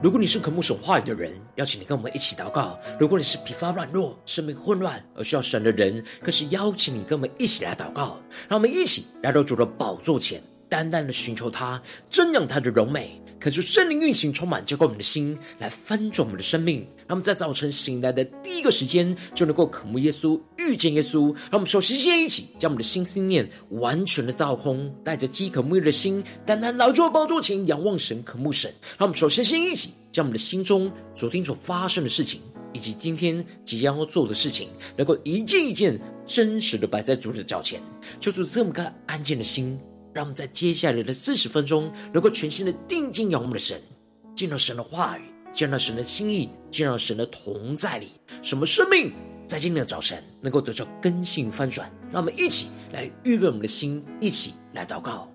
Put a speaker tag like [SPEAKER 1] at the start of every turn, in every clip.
[SPEAKER 1] 如果你是渴慕神话语的人，邀请你跟我们一起祷告；如果你是疲乏软弱、生命混乱而需要神的人，更是邀请你跟我们一起来祷告。让我们一起来到主的宝座前，单单的寻求他，瞻仰他的荣美，恳求圣灵运行充满浇灌我们的心，来翻转我们的生命。让我们在早晨醒来的第一个时间就能够渴慕耶稣，遇见耶稣。让我们首先先一起将我们的心思念完全的倒空，带着饥渴沐浴的心，单单来到宝座前仰望神，渴慕神。让我们首先先一起将我们的心中昨天所发生的事情，以及今天即将要做的事情，能够一件一件真实的摆在主的脚前，求主赐我们个安静的心，让我们在接下来的40分钟能够全心的定睛仰望我们的神，见到神的话语，见到神的心意，见到神的同在里，什么生命在今天的早晨能够得到更新翻转。让我们一起来预备我们的心，一起来祷告。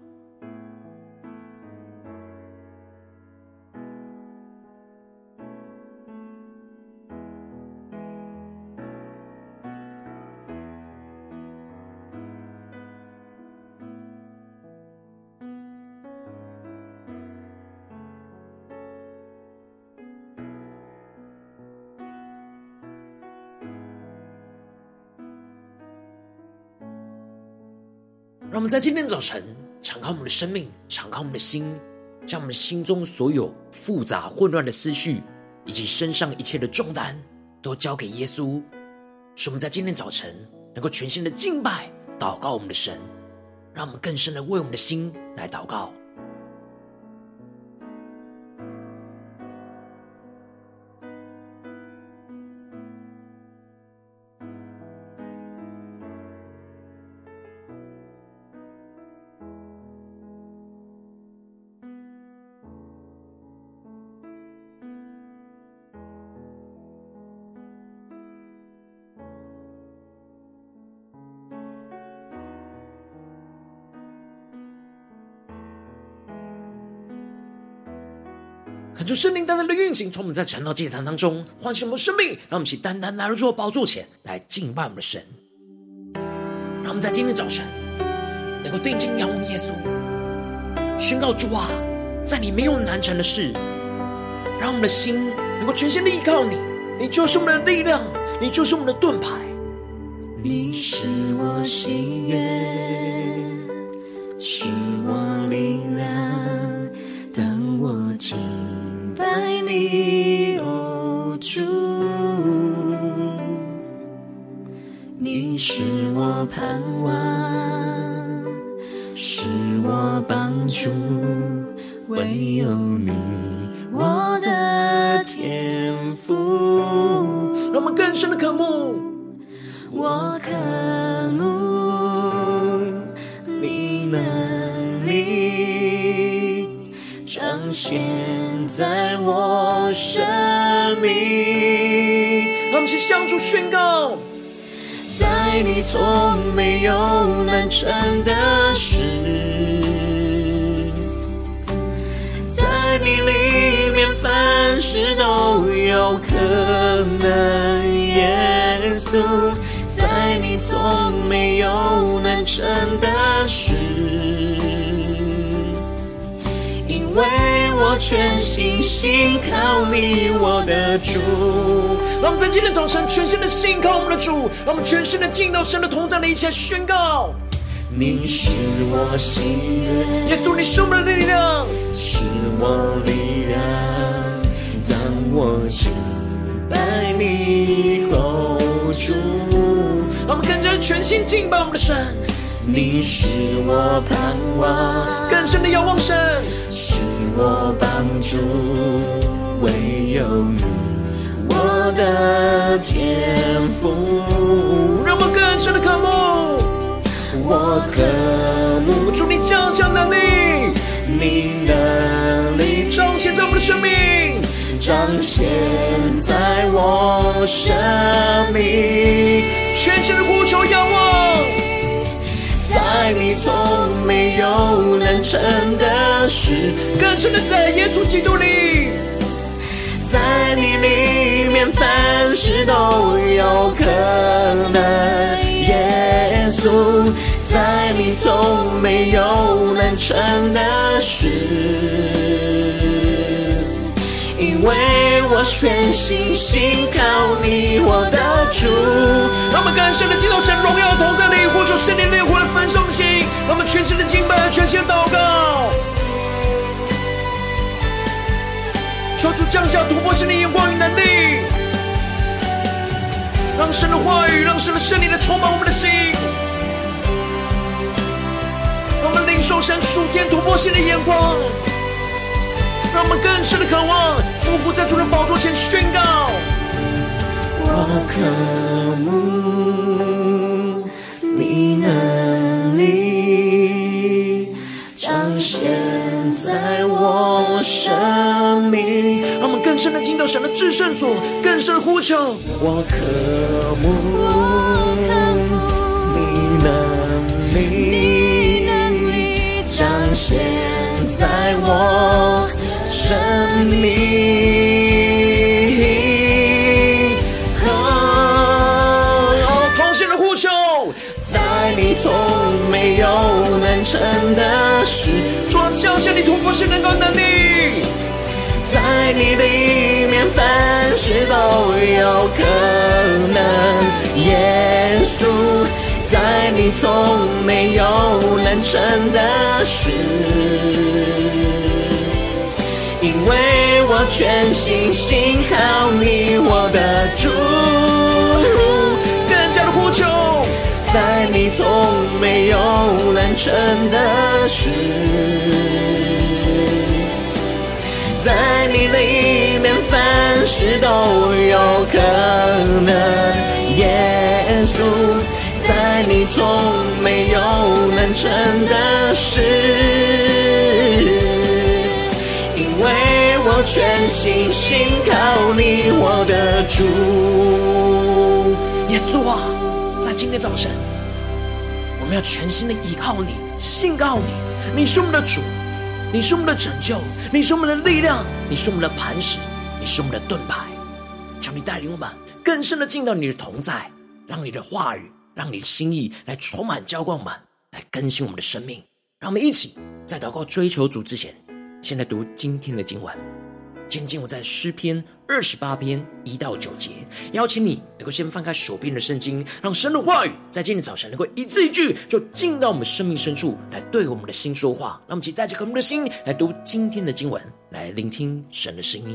[SPEAKER 1] 让我们在今天早晨敞开我们的生命，敞开我们的心，将我们心中所有复杂混乱的思绪以及身上一切的重担都交给耶稣，使我们在今天早晨能够全心的敬拜祷告我们的神。让我们更深的为我们的心来祷告。恳求圣灵单单的运行，从我们在晨祷祭坛当中唤醒我们生命，让我们一起单单来到主的宝座前来敬拜我们的神。让我们在今天早晨能够定睛仰望耶稣，宣告主啊，在你没有难成的事。让我们的心能够全心的依靠你，你就是我们的力量，你就是我们的盾牌。
[SPEAKER 2] 你是我心愿，是我力量，当我敬拜你，哦主，你是我盼望，是我帮助，唯有你我的天父。
[SPEAKER 1] 让我们更深的渴慕，
[SPEAKER 2] 我渴慕你能力彰显在我生命。
[SPEAKER 1] 让我们一起向主宣告，
[SPEAKER 2] 在你从没有难成的事，在你里面凡事都有可能，耶稣，在你从没有难成的事，因为我全心信靠你，我的主。
[SPEAKER 1] 让我们在今天早晨全心的信靠我们的主，让我们全心的进到神的同在里，一起来宣告，
[SPEAKER 2] 你是我心愿，
[SPEAKER 1] 耶稣，你是我们的力量，
[SPEAKER 2] 是我力量，当我敬拜你，哦主。
[SPEAKER 1] 让我们更加全心敬拜我们的神，
[SPEAKER 2] 你是我盼望，
[SPEAKER 1] 更深的仰望神，
[SPEAKER 2] 是我帮助，唯有你我的天父。
[SPEAKER 1] 让我们更深的渴慕，
[SPEAKER 2] 我渴慕
[SPEAKER 1] 主你加强能力，
[SPEAKER 2] 你能力
[SPEAKER 1] 彰显在我们的生命，
[SPEAKER 2] 彰显在我生命，
[SPEAKER 1] 全心的呼求仰望，
[SPEAKER 2] 在你从没有难成的事，
[SPEAKER 1] 更深的在耶稣基督里，
[SPEAKER 2] 在你里面凡事都有可能，耶稣，在你从没有难成的事，因为我全心信靠你，我的主。
[SPEAKER 1] 让我们更深的进入神荣耀同在里，呼求圣灵烈火的焚烧的心，让我们全心的敬拜，全心的祷告，求主降下突破性的眼光与能力，让神的话语，让神的圣灵来充满我们的心，让我们领受神属天突破性的眼光，让我们更深的渴望匍匐在主的宝座前宣告。
[SPEAKER 2] 我渴慕你能力彰显在我生命。
[SPEAKER 1] 让我们更深的进到神的至圣所，更深的呼求。
[SPEAKER 2] 我渴慕你能力彰显在我生命。在你从没有难成的事，
[SPEAKER 1] 主啊，降下你突破性能够能力，
[SPEAKER 2] 在你里面凡事都有可能。耶稣，在你从没有难成的事，因为我全心信靠你，我的主。
[SPEAKER 1] 更加的呼求，
[SPEAKER 2] 在你从没有难成的事，在你里面凡事都有可能。耶稣，在你从没有难成的事，因为我全心信靠你，我的主。
[SPEAKER 1] 耶稣啊，在今天早晨，我们要全心的依靠你，信靠你，你是我们的主，你是我们的拯救，你是我们的力量，你是我们的磐石，你是我们的盾牌。求你带领我们更深的进到你的同在，让你的话语，让你的心意来充满浇灌我们，来更新我们的生命。让我们一起在祷告追求主之前，先来读今天的经文。今天经文在诗篇28篇1到9节，邀请你能够先翻开手边的圣经，让神的话语在今天早晨能够一字一句就进到我们生命深处，来对我们的心说话。让我们一起带着渴慕的心来读今天的经文，来聆听神的声音。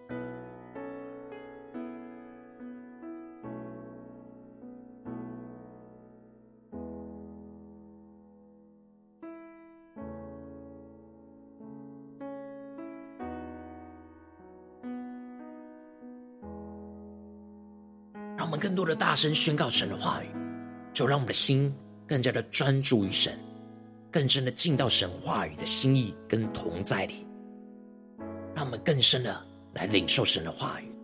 [SPEAKER 1] 让我们更多的大声宣告神的话语，就让我们的心更加的专注于神，更深的进到神话语的心意跟同在里，让我们更深的来领受神的话语。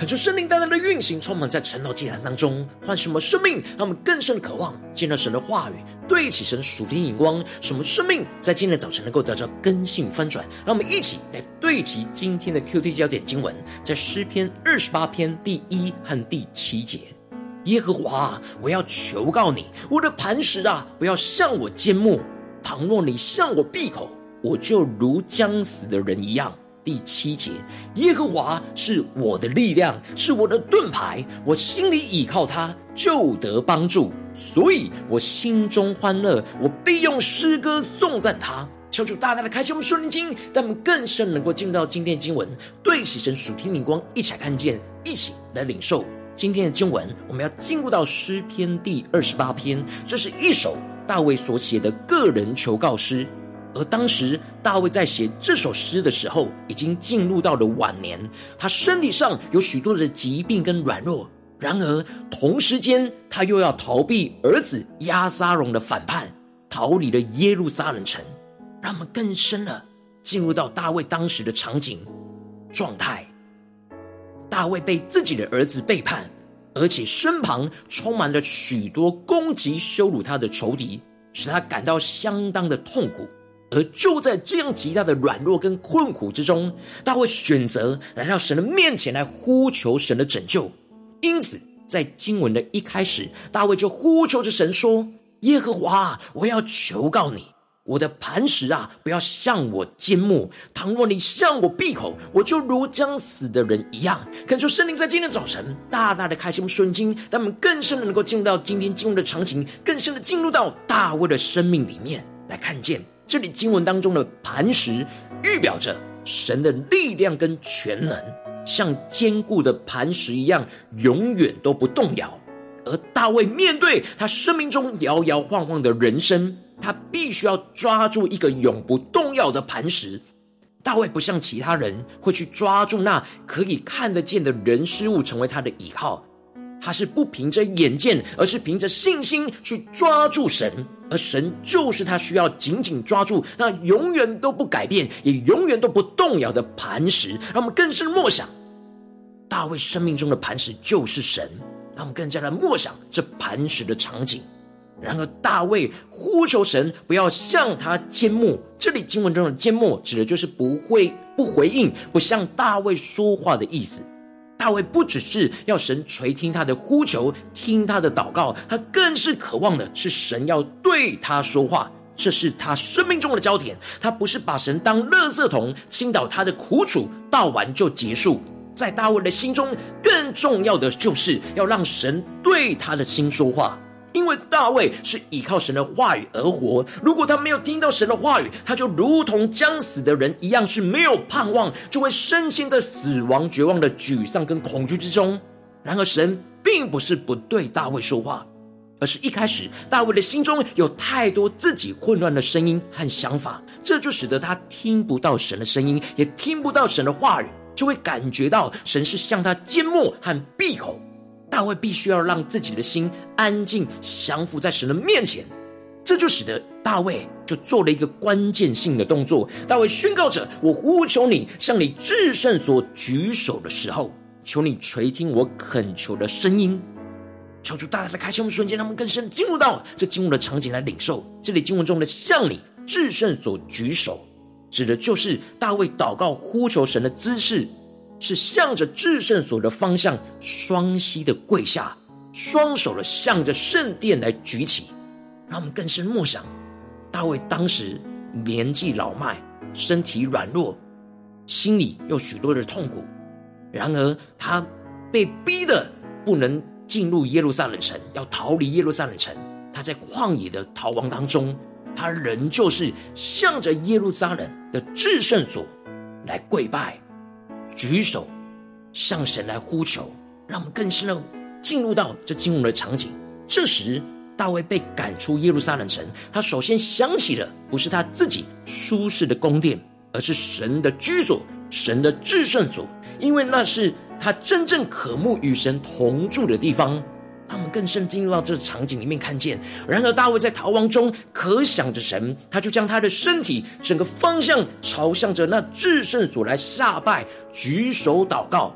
[SPEAKER 1] 恳求圣灵大大的运行，充满在晨祷祭坛当中，唤醒我们生命，让我们更深的渴望见到神的话语，对齐神属天眼光，使我们生命在今天的早晨能够得到更新翻转。让我们一起来对齐今天的 QT 焦点经文，在诗篇28篇第1和第7节。耶和华啊，我要求告你，我的磐石啊，不要向我缄默。倘若你向我闭口，我就如将死的人一样。第7节，耶和华是我的力量，是我的盾牌，我心里倚靠他，就得帮助，所以我心中欢乐，我必用诗歌颂赞他。求主大大的开启我们属灵经，让我们更深能够进入到今天的经文，对齐神属天灵光，一起来看见，一起来领受今天的经文。我们要进入到诗篇第28篇，这是一首大卫所写的个人求告诗。而当时大卫在写这首诗的时候，已经进入到了晚年，他身体上有许多的疾病跟软弱，然而同时间他又要逃避儿子押沙龙的反叛，逃离了耶路撒冷城。让我们更深的进入到大卫当时的场景状态。大卫被自己的儿子背叛，而且身旁充满了许多攻击羞辱他的仇敌，使他感到相当的痛苦。而就在这样极大的软弱跟困苦之中，大卫选择来到神的面前来呼求神的拯救。因此在经文的一开始，大卫就呼求着神说，耶和华啊，我要求告你，我的磐石啊，不要向我缄默。倘若你向我闭口，我就如将死的人一样。恳求圣灵在今天早晨大大的开启我们属灵经，让我们更深的能够进入到今天经文的场景，更深的进入到大卫的生命里面，来看见这里经文当中的磐石预表着神的力量跟全能，像坚固的磐石一样，永远都不动摇。而大卫面对他生命中摇摇晃晃的人生，他必须要抓住一个永不动摇的磐石。大卫不像其他人会去抓住那可以看得见的人事物成为他的依靠，他是不凭着眼见，而是凭着信心去抓住神，而神就是他需要紧紧抓住那永远都不改变也永远都不动摇的磐石。让我们更深默想大卫生命中的磐石就是神，让我们更加的默想这磐石的场景。然而大卫呼求神不要向他缄默，这里经文中的缄默指的就是不回应，不向大卫说话的意思。大卫不只是要神垂听他的呼求，听他的祷告，他更是渴望的是神要对他说话，这是他生命中的焦点。他不是把神当垃圾桶倾倒他的苦楚，倒完就结束。在大卫的心中，更重要的就是要让神对他的心说话，因为大卫是依靠神的话语而活。如果他没有听到神的话语，他就如同将死的人一样，是没有盼望，就会深陷在死亡绝望的沮丧跟恐惧之中。然而神并不是不对大卫说话，而是一开始大卫的心中有太多自己混乱的声音和想法，这就使得他听不到神的声音，也听不到神的话语，就会感觉到神是向他缄默和闭口。大卫必须要让自己的心安静降服在神的面前，这就使得大卫就做了一个关键性的动作。大卫宣告着，我呼求你，向你至圣所举手的时候，求你垂听我恳求的声音。求主大大的开启我们瞬间，让我们更深进入到这经文的场景来领受。这里经文中的向你至圣所举手，指的就是大卫祷告呼求神的姿势，是向着至圣所的方向双膝的跪下，双手的向着圣殿来举起。让我们更深默想大卫当时年纪老迈，身体软弱，心里有许多的痛苦，然而他被逼得不能进入耶路撒冷城，要逃离耶路撒冷城。他在旷野的逃亡当中，他仍旧是向着耶路撒冷的至圣所来跪拜，举手向神来呼求。让我们更深的进入到这经文的场景。这时大卫被赶出耶路撒冷城，他首先想起的不是他自己舒适的宫殿，而是神的居所，神的至圣所，因为那是他真正渴慕与神同住的地方。他们更深进入到这场景里面看见，然而大卫在逃亡中可想着神，他就将他的身体整个方向朝向着那至圣所来下拜，举手祷告。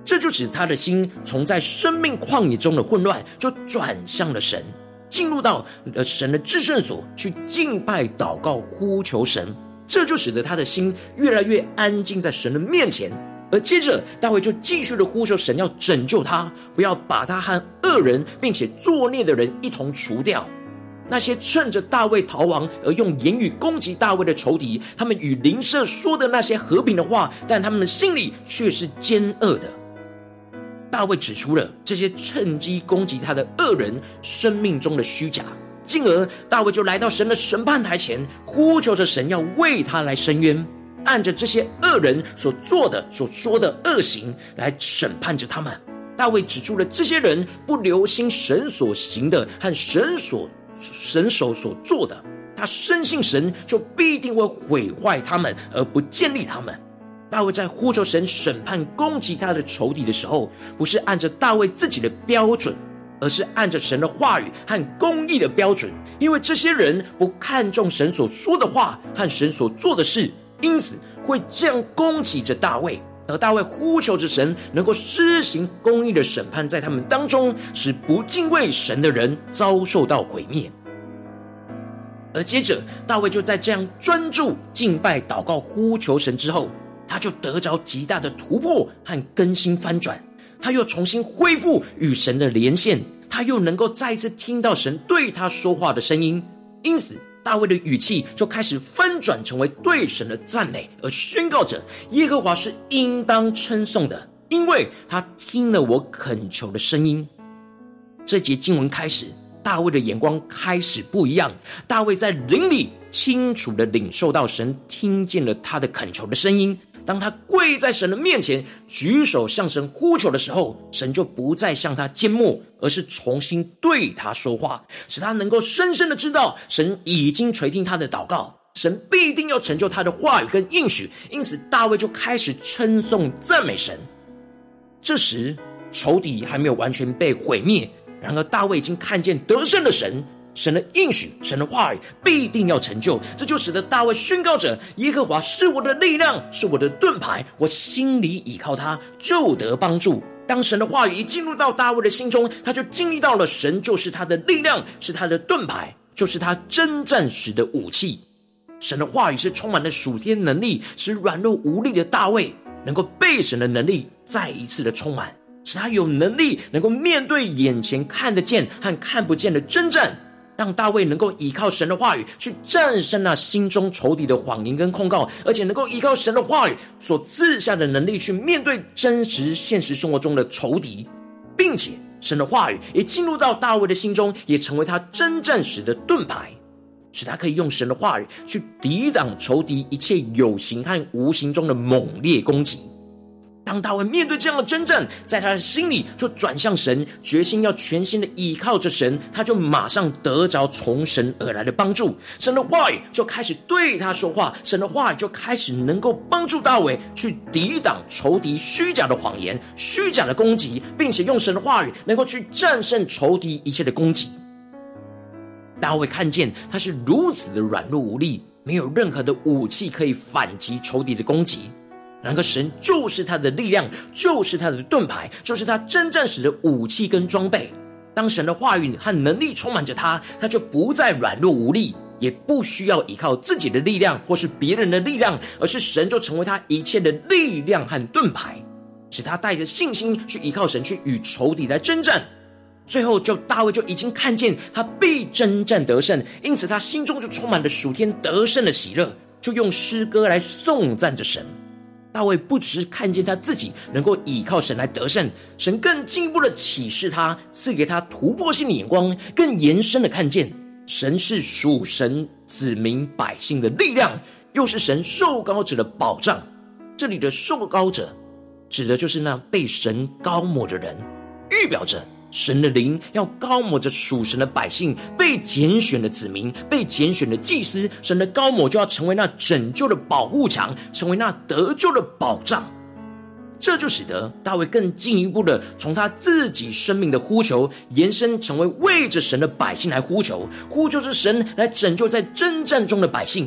[SPEAKER 1] 这就使他的心从在生命旷野中的混乱，就转向了神，进入到神的至圣所去敬拜祷告呼求神。这就使得他的心越来越安静在神的面前。而接着大卫就继续的呼求神要拯救他，不要把他和恶人并且作孽的人一同除掉。那些趁着大卫逃亡而用言语攻击大卫的仇敌，他们与邻舍说的那些和平的话，但他们的心里却是奸恶的。大卫指出了这些趁机攻击他的恶人生命中的虚假，进而大卫就来到神的审判台前，呼求着神要为他来伸冤，按着这些恶人所做的所说的恶行来审判着他们。大卫指出了这些人不留心神所行的和神手所做的，他深信神就必定会毁坏他们而不建立他们。大卫在呼求神审判攻击他的仇敌的时候，不是按着大卫自己的标准，而是按着神的话语和公义的标准。因为这些人不看重神所说的话和神所做的事，因此会这样攻击着大卫。而大卫呼求着神能够施行公义的审判在他们当中，使不敬畏神的人遭受到毁灭。而接着大卫就在这样专注敬拜祷告呼求神之后，他就得着极大的突破和更新翻转，他又重新恢复与神的连线，他又能够再一次听到神对他说话的声音。因此大卫的语气就开始翻转成为对神的赞美，而宣告着耶和华是应当称颂的，因为他听了我恳求的声音。这节经文开始，大卫的眼光开始不一样，大卫在灵里清楚地领受到神听见了他的恳求的声音。当他跪在神的面前举手向神呼求的时候，神就不再向他缄默，而是重新对他说话，使他能够深深的知道神已经垂听他的祷告，神必定要成就他的话语跟应许。因此大卫就开始称颂赞美神。这时仇敌还没有完全被毁灭，然而大卫已经看见得胜的神，神的应许，神的话语必定要成就。这就使得大卫宣告着耶和华是我的力量，是我的盾牌，我心里倚靠他，就得帮助。当神的话语一进入到大卫的心中，他就经历到了神就是他的力量，是他的盾牌，就是他征战时的武器。神的话语是充满了属天能力，使软弱无力的大卫能够被神的能力再一次的充满，使他有能力能够面对眼前看得见和看不见的征战，让大卫能够依靠神的话语去战胜那心中仇敌的谎言跟控告，而且能够依靠神的话语所赐下的能力去面对真实现实生活中的仇敌，并且神的话语也进入到大卫的心中，也成为他征战时的盾牌，使他可以用神的话语去抵挡仇敌一切有形和无形中的猛烈攻击。当大卫面对这样的征战，在他的心里就转向神，决心要全心的依靠着神，他就马上得着从神而来的帮助。神的话语就开始对他说话，神的话语就开始能够帮助大卫去抵挡仇敌虚假的谎言、虚假的攻击，并且用神的话语能够去战胜仇敌一切的攻击。大卫看见他是如此的软弱无力，没有任何的武器可以反击仇敌的攻击，然而神就是他的力量，就是他的盾牌，就是他征战时的武器跟装备。当神的话语和能力充满着他，他就不再软弱无力，也不需要依靠自己的力量或是别人的力量，而是神就成为他一切的力量和盾牌，使他带着信心去依靠神，去与仇敌来征战。最后大卫就已经看见他必征战得胜，因此他心中就充满了属天得胜的喜乐，就用诗歌来颂赞着神。大卫不只是看见他自己能够倚靠神来得胜，神更进一步的启示他，赐给他突破性的眼光，更延伸的看见神是属神子民百姓的力量，又是神受膏者的保障。这里的受膏者指的就是那被神膏抹的人，预表着神的灵要膏抹着属神的百姓，被拣选的子民，被拣选的祭司，神的膏抹就要成为那拯救的保护墙，成为那得救的保障。这就使得大卫更进一步的从他自己生命的呼求延伸成为为着神的百姓来呼求，呼求着神来拯救在征战中的百姓。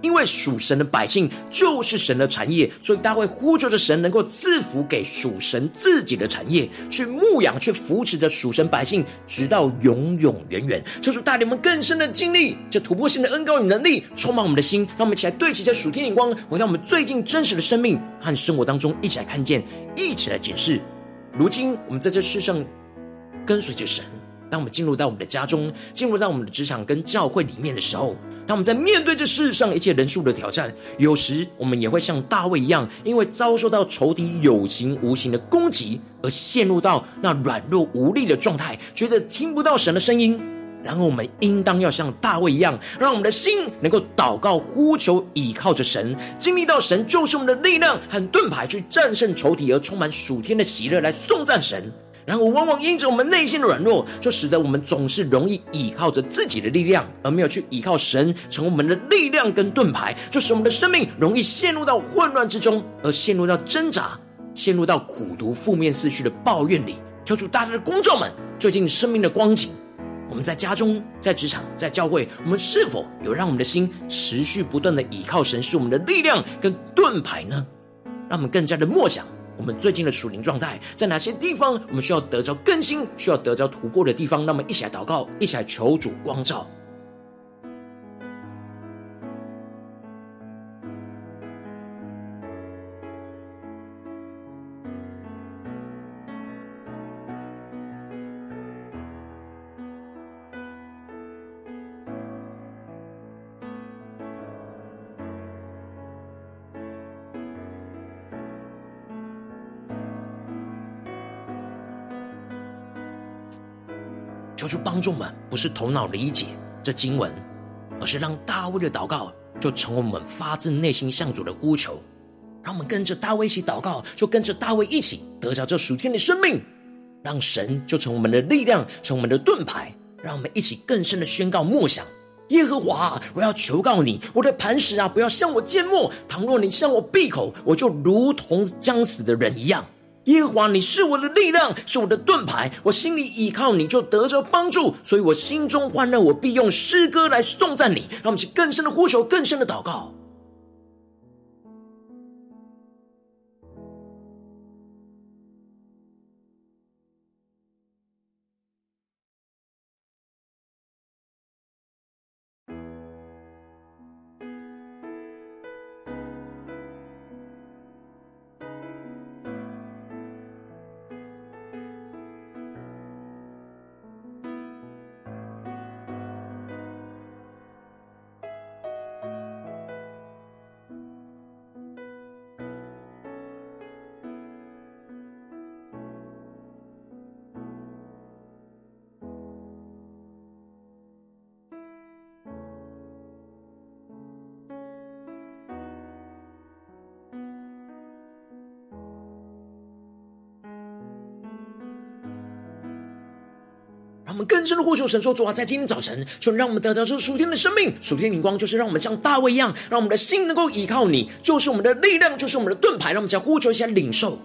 [SPEAKER 1] 因为属神的百姓就是神的产业，所以大卫呼求着神能够赐福给属神自己的产业，去牧养，去扶持着属神百姓，直到永永远远。求主带领我们更深的经历这突破性的恩膏与能力，充满我们的心，让我们一起来对齐这属天眼光，回到我们最近真实的生命和生活当中，一起来看见，一起来检视。如今我们在这世上跟随着神，当我们进入到我们的家中，进入到我们的职场跟教会里面的时候，当我们在面对这世上一切人数的挑战，有时我们也会像大卫一样，因为遭受到仇敌有形无形的攻击，而陷入到那软弱无力的状态，觉得听不到神的声音。然后我们应当要像大卫一样，让我们的心能够祷告呼求，倚靠着神，经历到神就是我们的力量和盾牌，去战胜仇敌，而充满属天的喜乐来颂赞神。然后往往因着我们内心的软弱，就使得我们总是容易倚靠着自己的力量，而没有去倚靠神成为我们的力量跟盾牌，就使我们的生命容易陷入到混乱之中，而陷入到挣扎，陷入到苦毒负面思绪的抱怨里。求主大家的光照们，最近生命的光景，我们在家中、在职场、在教会，我们是否有让我们的心持续不断的倚靠神是我们的力量跟盾牌呢？让我们更加的默想我们最近的属灵状态，在哪些地方我们需要得着更新，需要得着突破的地方。那么一起来祷告，一起来求主光照。求主帮助我们，不是头脑理解这经文，而是让大卫的祷告就成为我们发自内心向主的呼求。让我们跟着大卫一起祷告，就跟着大卫一起得着这属天的生命，让神就成我们的力量，成我们的盾牌。让我们一起更深的宣告默想：耶和华，我要求告你，我的磐石啊，不要向我缄默。倘若你向我闭口，我就如同将死的人一样。耶和华，你是我的力量，是我的盾牌，我心里倚靠你，就得着帮助。所以我心中欢乐，我必用诗歌来颂赞你。让我们去更深的呼求，更深的祷告。让我们更深的呼求神说：主啊，在今天早晨，求你让我们得到这属天的生命，属天的灵光，就是让我们像大卫一样，让我们的心能够依靠你，就是我们的力量，就是我们的盾牌。让我们再呼求一下领受。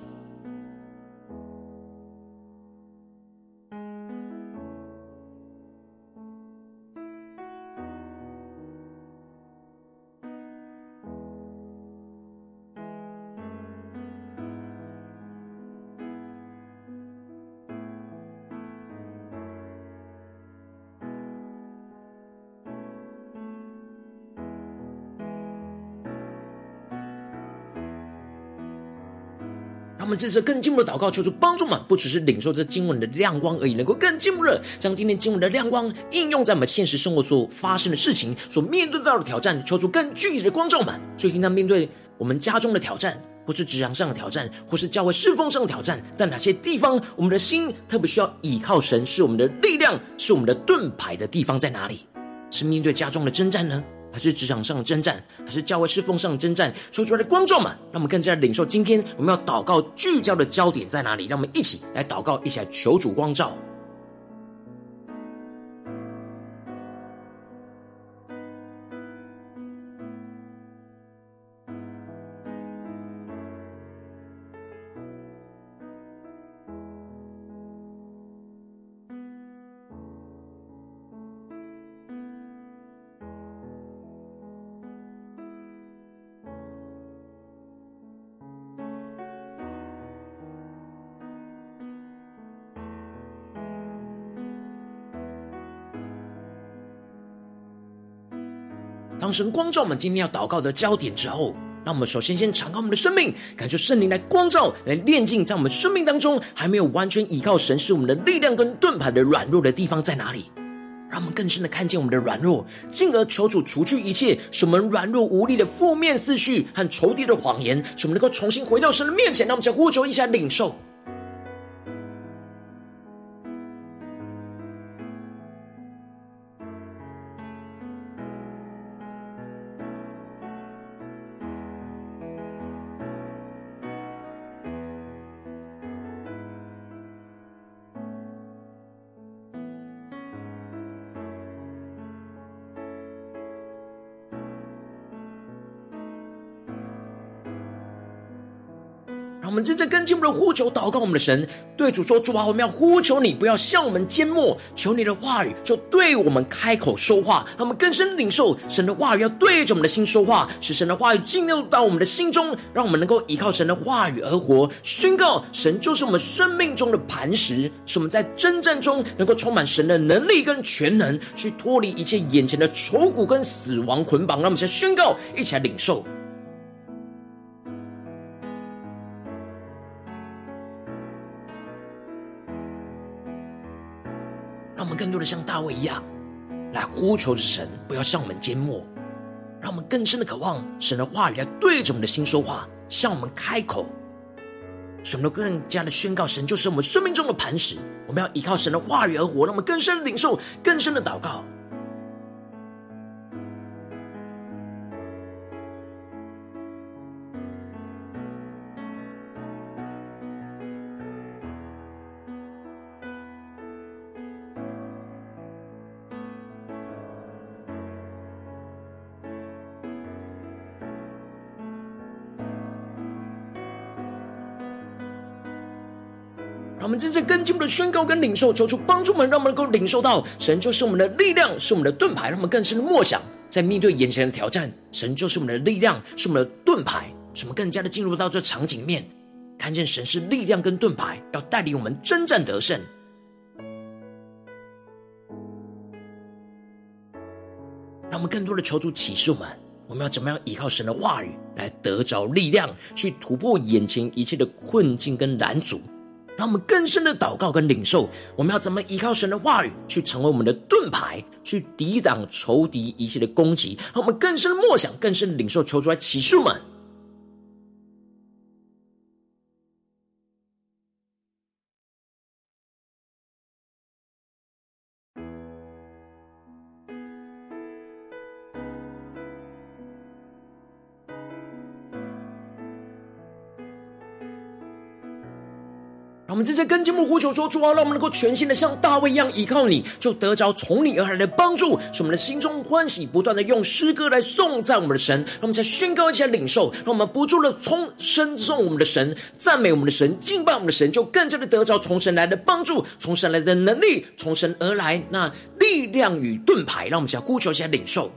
[SPEAKER 1] 让我们这次更进一步的祷告，求主帮助我们，不只是领受这经文的亮光而已，能够更进一步的将今天经文的亮光应用在我们现实生活所发生的事情，所面对到的挑战，求主更具体的光照我们。最近在面对我们家中的挑战，或是职场上的挑战，或是教会侍奉上的挑战，在哪些地方我们的心特别需要倚靠神，是我们的力量，是我们的盾牌的地方在哪里？是面对家中的征战呢，还是职场上的征战，还是教会侍奉上的征战？说出来的光照们，让我们更加领受今天我们要祷告聚焦的焦点在哪里？让我们一起来祷告，一起来求主光照。 当神光照我们今天要祷告的焦点之后，让我们首先敞开我们的生命，感受圣灵来光照，来炼净在我们生命当中还没有完全依靠神是我们的力量跟盾牌的软弱的地方在哪里。让我们更深的看见我们的软弱，进而求主除去一切使我们软弱无力的负面思绪和仇敌的谎言，使我们能够重新回到神的面前。让我们将呼求一下领受。我们真正跟进我们的呼求祷告我们的神，对主说：主啊，我们要呼求你，不要向我们缄默，求你的话语就对我们开口说话，让我们更深领受神的话语要对着我们的心说话，使神的话语进入到我们的心中，让我们能够依靠神的话语而活，宣告神就是我们生命中的磐石，使我们在征战中能够充满神的能力跟全能，去脱离一切眼前的愁苦跟死亡捆绑。让我们先宣告，一起来领受。让我们更多的像大卫一样来呼求着神，不要向我们缄默，让我们更深的渴望神的话语来对着我们的心说话，向我们开口，使我们都更加的宣告神就是我们生命中的磐石，我们要依靠神的话语而活。让我们更深的领受，更深的祷告。让我们真正跟进我们的宣告跟领受，求主帮助我们，让我们能够领受到神就是我们的力量，是我们的盾牌。让我们更深的默想，在面对眼前的挑战，神就是我们的力量，是我们的盾牌，使我们更加的进入到这场景面，看见神是力量跟盾牌，要带领我们征战得胜。让我们更多的求主启示我们要怎么样依靠神的话语来得着力量，去突破眼前一切的困境跟拦阻。让我们更深的祷告跟领受，我们要怎么依靠神的话语去成为我们的盾牌，去抵挡仇敌一切的攻击。让我们更深的默想，更深的领受，求出来启示们。让我们正在跟进幕呼求说：主啊，让我们能够全心的像大卫一样依靠你，就得着从你而来的帮助，使我们的心中欢喜，不断的用诗歌来颂赞我们的神。让我们再宣告一下领受，让我们不住的称颂我们的神，赞美我们的神，敬拜我们的神，就更加的得着从神来的帮助，从神来的能力，从神而来那力量与盾牌。让我们再呼求一下领受。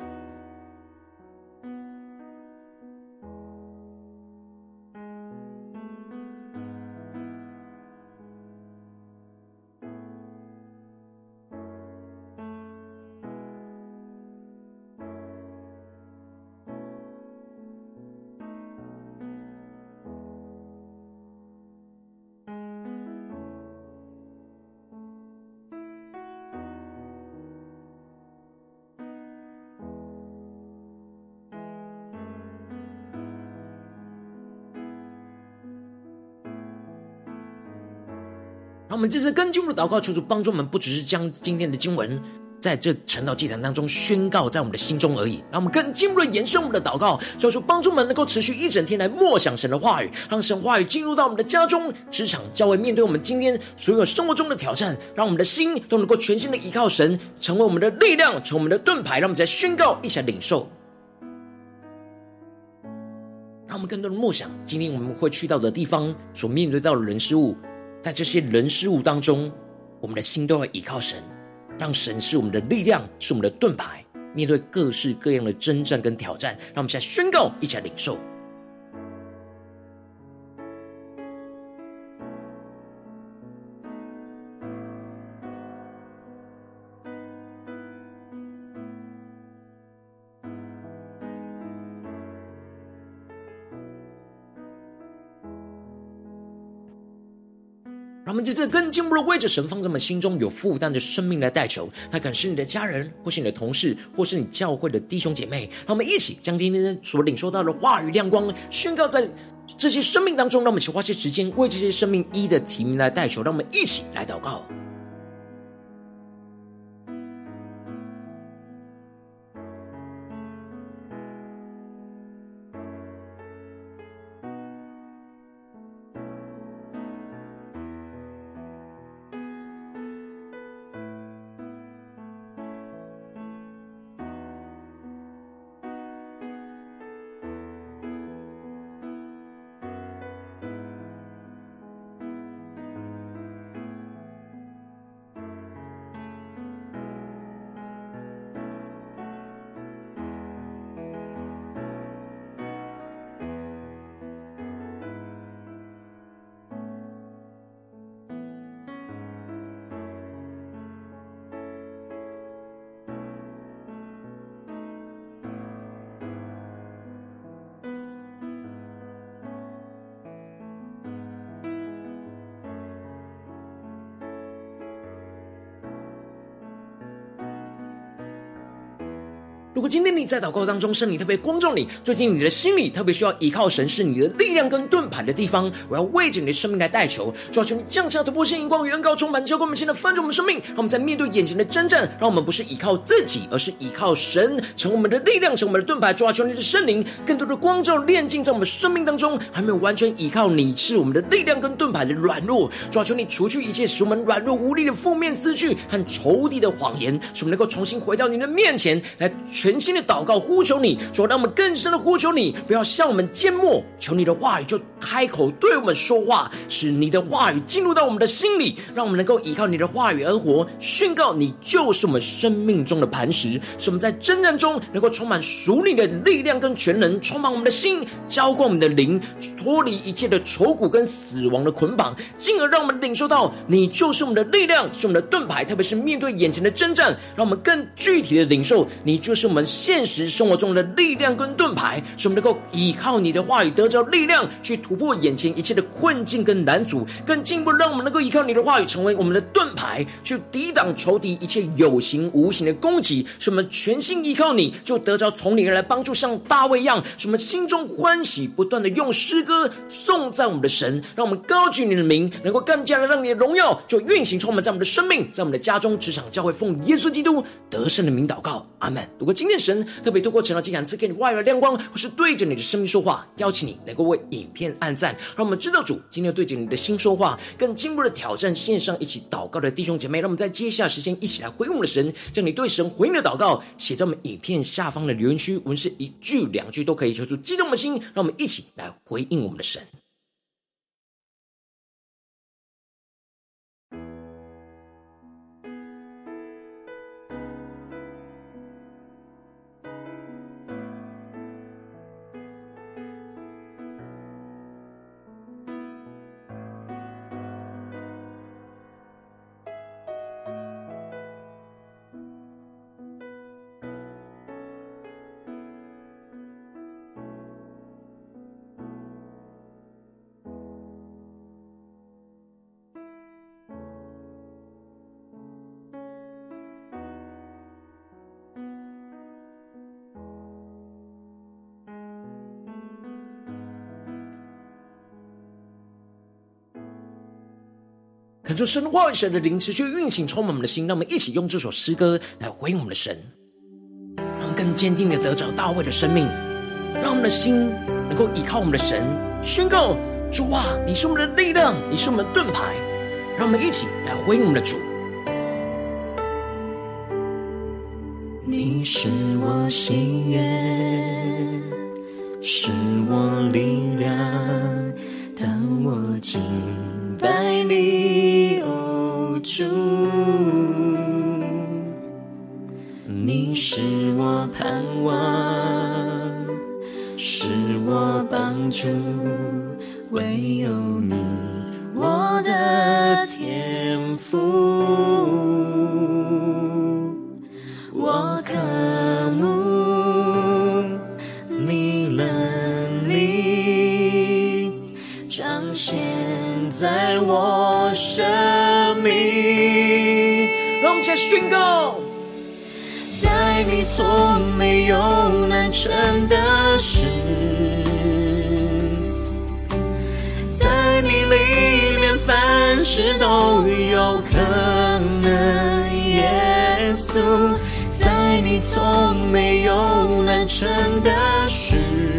[SPEAKER 1] 让我们这次跟进我们的祷告，求主帮助我们，不只是将今天的经文在这晨祷祭坛当中宣告在我们的心中而已，让我们更进一步的延伸我们的祷告，求主帮助我们能够持续一整天来默想神的话语，让神话语进入到我们的家中、职场、教会，面对我们今天所有生活中的挑战，让我们的心都能够全心的依靠神，成为我们的力量，成为我们的盾牌。让我们再宣告，一起来领受。让我们更多的默想今天我们会去到的地方，所面对到的人事物，在这些人事物当中，我们的心都要依靠神，让神是我们的力量，是我们的盾牌，面对各式各样的征战跟挑战。让我们现在宣告，一起来领受。 让我们接着更进一步的为着神放在我们心中有负担的生命来代求。他可能是你的家人，或是你的同事，或是你教会的弟兄姐妹。让我们一起将今天所领受到的话语亮光宣告在这些生命当中。让我们一起花些时间为这些生命一的提名来代求。让我们一起来祷告。如果今天你在祷告当中，圣灵特别光照你，最近你的心里特别需要依靠神是你的力量跟盾牌的地方，我要为着你的生命来代求，主要求你降下突破性荧光与恩膏充满，浇灌我们现在翻转我们生命，让我们在面对眼前的征战，让我们不是依靠自己，而是依靠神，成为我们的力量，成为我们的盾牌。主要求你的圣灵更多的光照炼净在我们生命当中还没有完全依靠你是我们的力量跟盾牌的软弱，主要求你除去一切使我们软弱无力的负面思绪和仇敌的谎言，使我们能够重新回到你的面前来全新的祷告呼求你，主，让我们更深的呼求你，不要向我们缄默，求你的话语就开口对我们说话，使你的话语进入到我们的心里，让我们能够依靠你的话语而活，宣告你就是我们生命中的磐石，使我们在征战中能够充满属你的力量跟全能，充满我们的心，浇灌我们的灵，脱离一切的愁苦跟死亡的捆绑，进而让我们领受到你就是我们的力量，是我们的盾牌，特别是面对眼前的征战，让我们更具体的领受你就是我们现实生活中的力量跟盾牌，使我们能够依靠你的话语得着力量，去突破眼前一切的困境跟难阻，更进一步让我们能够依靠你的话语成为我们的盾牌，去抵挡仇敌一切有形无形的攻击，使我们全心依靠你，就得着从你而来帮助，像大卫一样，使我们心中欢喜，不断的用诗歌颂赞我们的神，让我们高举你的名，能够更加的让你的荣耀就运行充满在我们的生命，在我们的家中、职场、教会，奉耶稣基督得胜的名祷告，阿们。如果今天神特别透过晨祷祭坛赐给你话语的亮光，或是对着你的生命说话，邀请你能够为影片按赞，让我们知道主今天对着你的心说话，更进一步的挑战线上一起祷告的弟兄姐妹，让我们在接下来时间一起来回应我们的神，将你对神回应的祷告写在我们影片下方的留言区，无论是一句两句都可以，求出激动的心，让我们一起来回应我们的神。恳求神的话语、神的灵持续运行充满我们的心，让我们一起用这首诗歌来回应我们的神，让我们更坚定的得着大卫的生命，让我们的心能够依靠我们的神，宣告主啊，你是我们的力量，你是我们的盾牌，让我们一起来回应我们的主。
[SPEAKER 2] 你是我心愿，是我力量，当我敬拜你，哦主，你是我盼望，是我帮助，唯有你我的天父，我渴慕你能力彰显在我生
[SPEAKER 1] 一起来宣告。
[SPEAKER 2] 在你从没有难成的事，在你里面凡事都有可能。耶稣，在你从没有难成的事，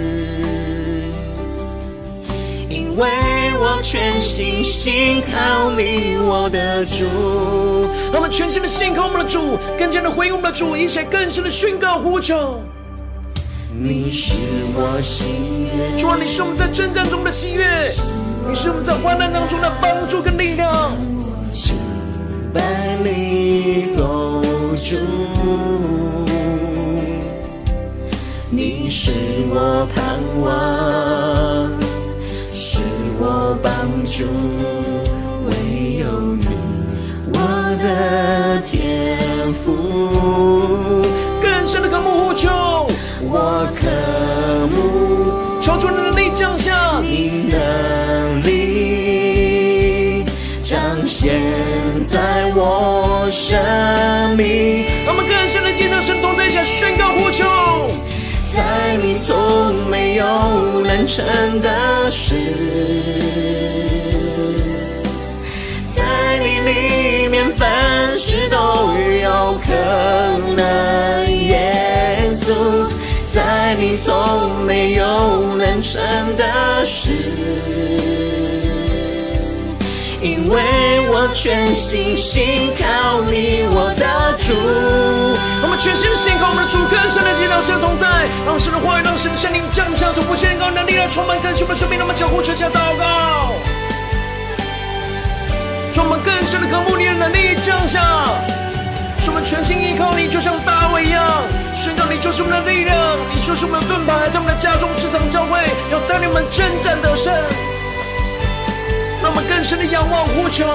[SPEAKER 2] 因为我全心信靠你，我的主。
[SPEAKER 1] 让我们全心的信靠我们的主，更加的回应我们的主，一起来更深的宣告呼求。
[SPEAKER 2] 你是我喜悦，
[SPEAKER 1] 主啊，你是我们在征战中的喜悦，你是我们在患难当中的帮助跟力量。
[SPEAKER 2] 敬拜你救主，你是我盼望，是我帮助，唯有你我的天父。
[SPEAKER 1] 更深的渴慕呼求，
[SPEAKER 2] 我渴慕
[SPEAKER 1] 求主的能力降下，
[SPEAKER 2] 你能力彰显在我生命。
[SPEAKER 1] 让我们更深的见到神同在，一起来宣告呼求。
[SPEAKER 2] 在你从没有难成的事，在你里面凡事都有可能。耶稣，在你从没有难成的事，因为我全心信靠你，我的主。
[SPEAKER 1] 我们全心的信靠我们的主，更深的见到神同在，让神的话语，让神的圣灵降下突破宣告能力来充满更新我们的生命。让我们脚步垂下祷告，让我们更深的渴慕你的能力降下，使我们全心依靠你，就像大卫一样，宣告你就是我们的力量，你就是我们的盾牌，在我们的家中、职场、教会，要带领我们征战得胜。让我们更深的仰望呼求，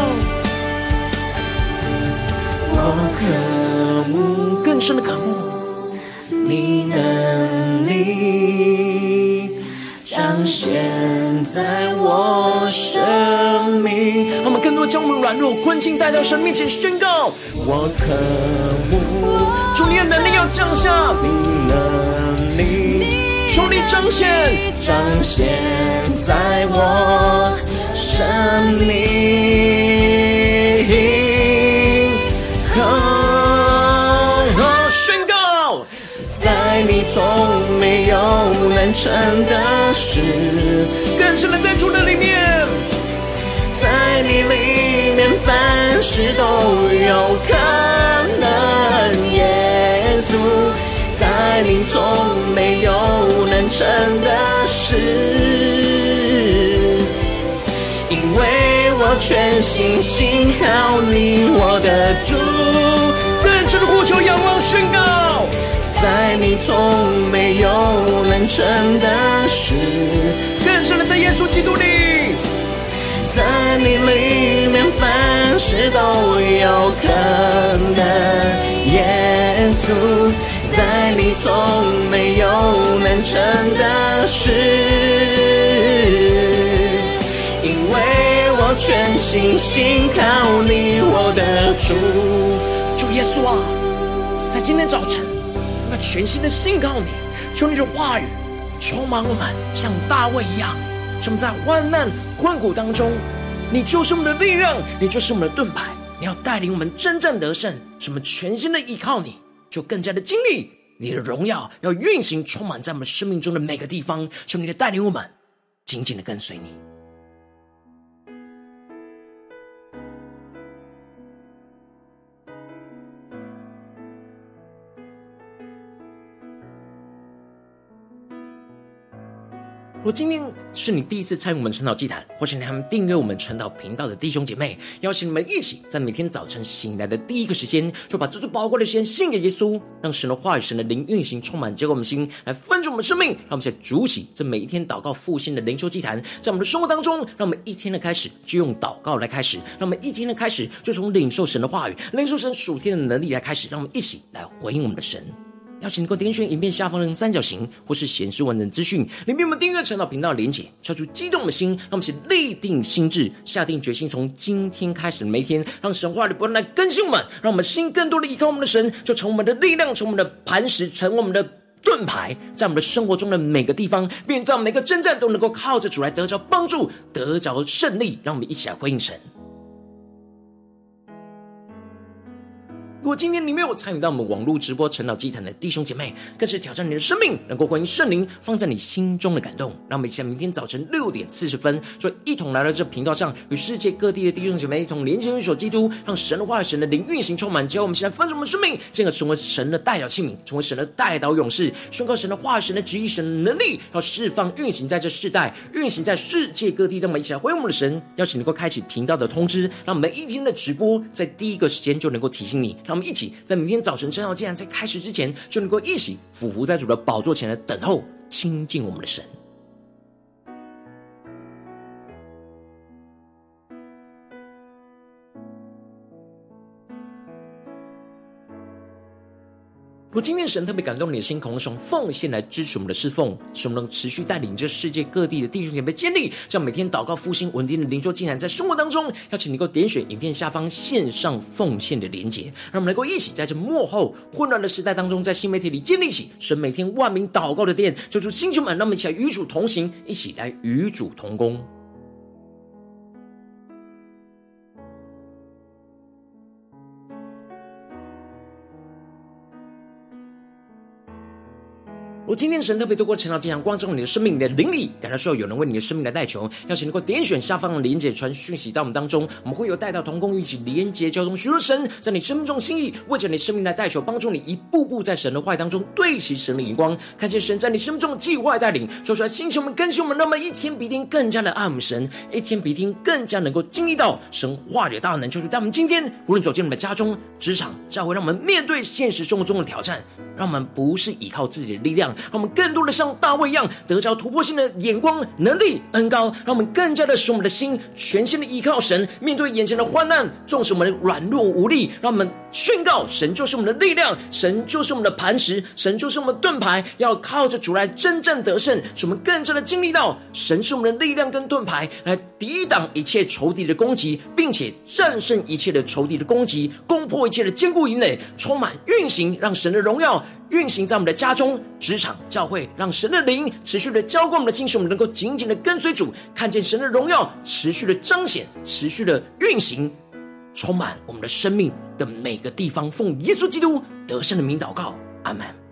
[SPEAKER 2] 我渴慕
[SPEAKER 1] 更深的渴慕
[SPEAKER 2] 你能力彰显在我生命。
[SPEAKER 1] 让我们更多将我们软弱困境带到神面前宣告，
[SPEAKER 2] 我渴慕
[SPEAKER 1] 主你的能力要降下，
[SPEAKER 2] 你能力
[SPEAKER 1] 求你彰显
[SPEAKER 2] 在我生命。
[SPEAKER 1] 宣告，
[SPEAKER 2] 在你从没有难成的事，
[SPEAKER 1] 更深的在主的里面，
[SPEAKER 2] 在你里面凡事都有可能。耶稣，在你从没有难成的事，因为我全心信靠你，我的主。
[SPEAKER 1] 更深的呼求仰望宣告，
[SPEAKER 2] 在你从没有难成的事，
[SPEAKER 1] 更深的在耶稣基督里，
[SPEAKER 2] 在你里面凡事都有可能。耶稣，在你从没有难成的事，因为我全心信靠你，我的主。
[SPEAKER 1] 主耶稣啊，在今天早晨我们全心的信靠你，求你的话语充满我们，像大卫一样，使我们在患难困苦当中，你就是我们的力量，你就是我们的盾牌，你要带领我们征战得胜，使我们全心的依靠你，就更加的经历你的荣耀要运行充满在我们生命中的每个地方，求你的带领我们紧紧的跟随你。如果今天是你第一次参与我们晨祷祭坛，或是你还没订阅我们晨祷频道的弟兄姐妹，邀请你们一起在每天早晨醒来的第一个时间，就把最宝贵的时间献给耶稣，让神的话语、神的灵运行充满浇灌我们心，来分盛我们生命。让我们在主起这每一天祷告复兴的灵修祭坛，在我们的生活当中，让我们一天的开始就用祷告来开始，让我们一天的开始就从领受神的话语、领受神属天的能力来开始，让我们一起来回应我们的神。 邀请你能够点选影片下方的三角形，或是显示完整资讯里面我们订阅陈祷频道的连结，敲出激动的心，让我们一起立定心志，下定决心，从今天开始的每一天，让神话语不断来更新我们，让我们心更多的依靠我们的神，就从我们的力量，从我们的磐石，成我们的盾牌，在我们的生活中的每个地方，面对每个征战都能够靠着主来得着帮助，得着胜利。让我们一起来回应神。如果今天你没有参与到我们网络直播晨祷祭坛的弟兄姐妹，更是挑战你的生命，能够回应圣灵放在你心中的感动。让我们一起在明天早晨6:40，就一同来到这频道上，与世界各地的弟兄姐妹一同连接、运手基督，让神的话语、神的灵运行充满。只要我们现在分盛我们的生命，进而成为神的代表器皿，成为神的代祷勇士，宣告神的话语、神的旨意、神的能力，要释放运行在这世代，运行在世界各地。让我们一起来回应我们的神，邀请能够开启频道的通知，让我们每一天的直播在第一个时间就能够提醒你。让我们一起在明天早晨晨祷祭坛在开始之前，就能够一起俯伏在主的宝座前来等候亲近我们的神。如果今天神特别感动你的心，从奉献来支持我们的侍奉，使我们能持续带领这世界各地的弟兄姐妹建立这样每天祷告复兴稳定的灵修进展，在生活当中，邀请你能够点选影片下方线上奉献的连结，让我们能够一起在这末后混乱的时代当中，在新媒体里建立起神每天万名祷告的殿。求主星球们，让我们一起来与主同行，一起来与主同工。我今天神特别透过晨祷祭坛光照你的生命，你的灵里感到需要有人为你的生命来代求，邀请能够点选下方的连结传讯息到我们当中，我们会有代祷同工一起连结交通，许多神在你生命中的心意，为着你生命来代求，帮助你一步步在神的话语当中对齐神的眼光，看见神在你生命中的计划带领，说出来星球们更新我们，让我们一天比一天更加的爱我们神，一天比一天更加能够经历到神话语的大能。求主带我们今天无论走进我们的家中、职场、教会，让我们面对现实生活中的挑战，让我们不是依靠自己的力量，让我们更多的像大卫一样得着突破性的眼光、能力、恩膏，让我们更加的使我们的心全心的依靠神，面对眼前的患难，纵使我们软弱无力，让我们宣告神就是我们的力量，神就是我们的磐石，神就是我们的盾牌，要靠着主来真正得胜，使我们更加的经历到神是我们的力量跟盾牌，来抵挡一切仇敌的攻击，并且战胜一切的仇敌的攻击，攻破一切的坚固营垒，充满运行，让神的荣耀运行在我们的家中、职场、教会，让神的灵持续的浇灌我们的心，使我们能够紧紧的跟随主，看见神的荣耀持续的彰显，持续的运行，充满我们的生命的每个地方。奉耶稣基督得胜的名祷告，阿们。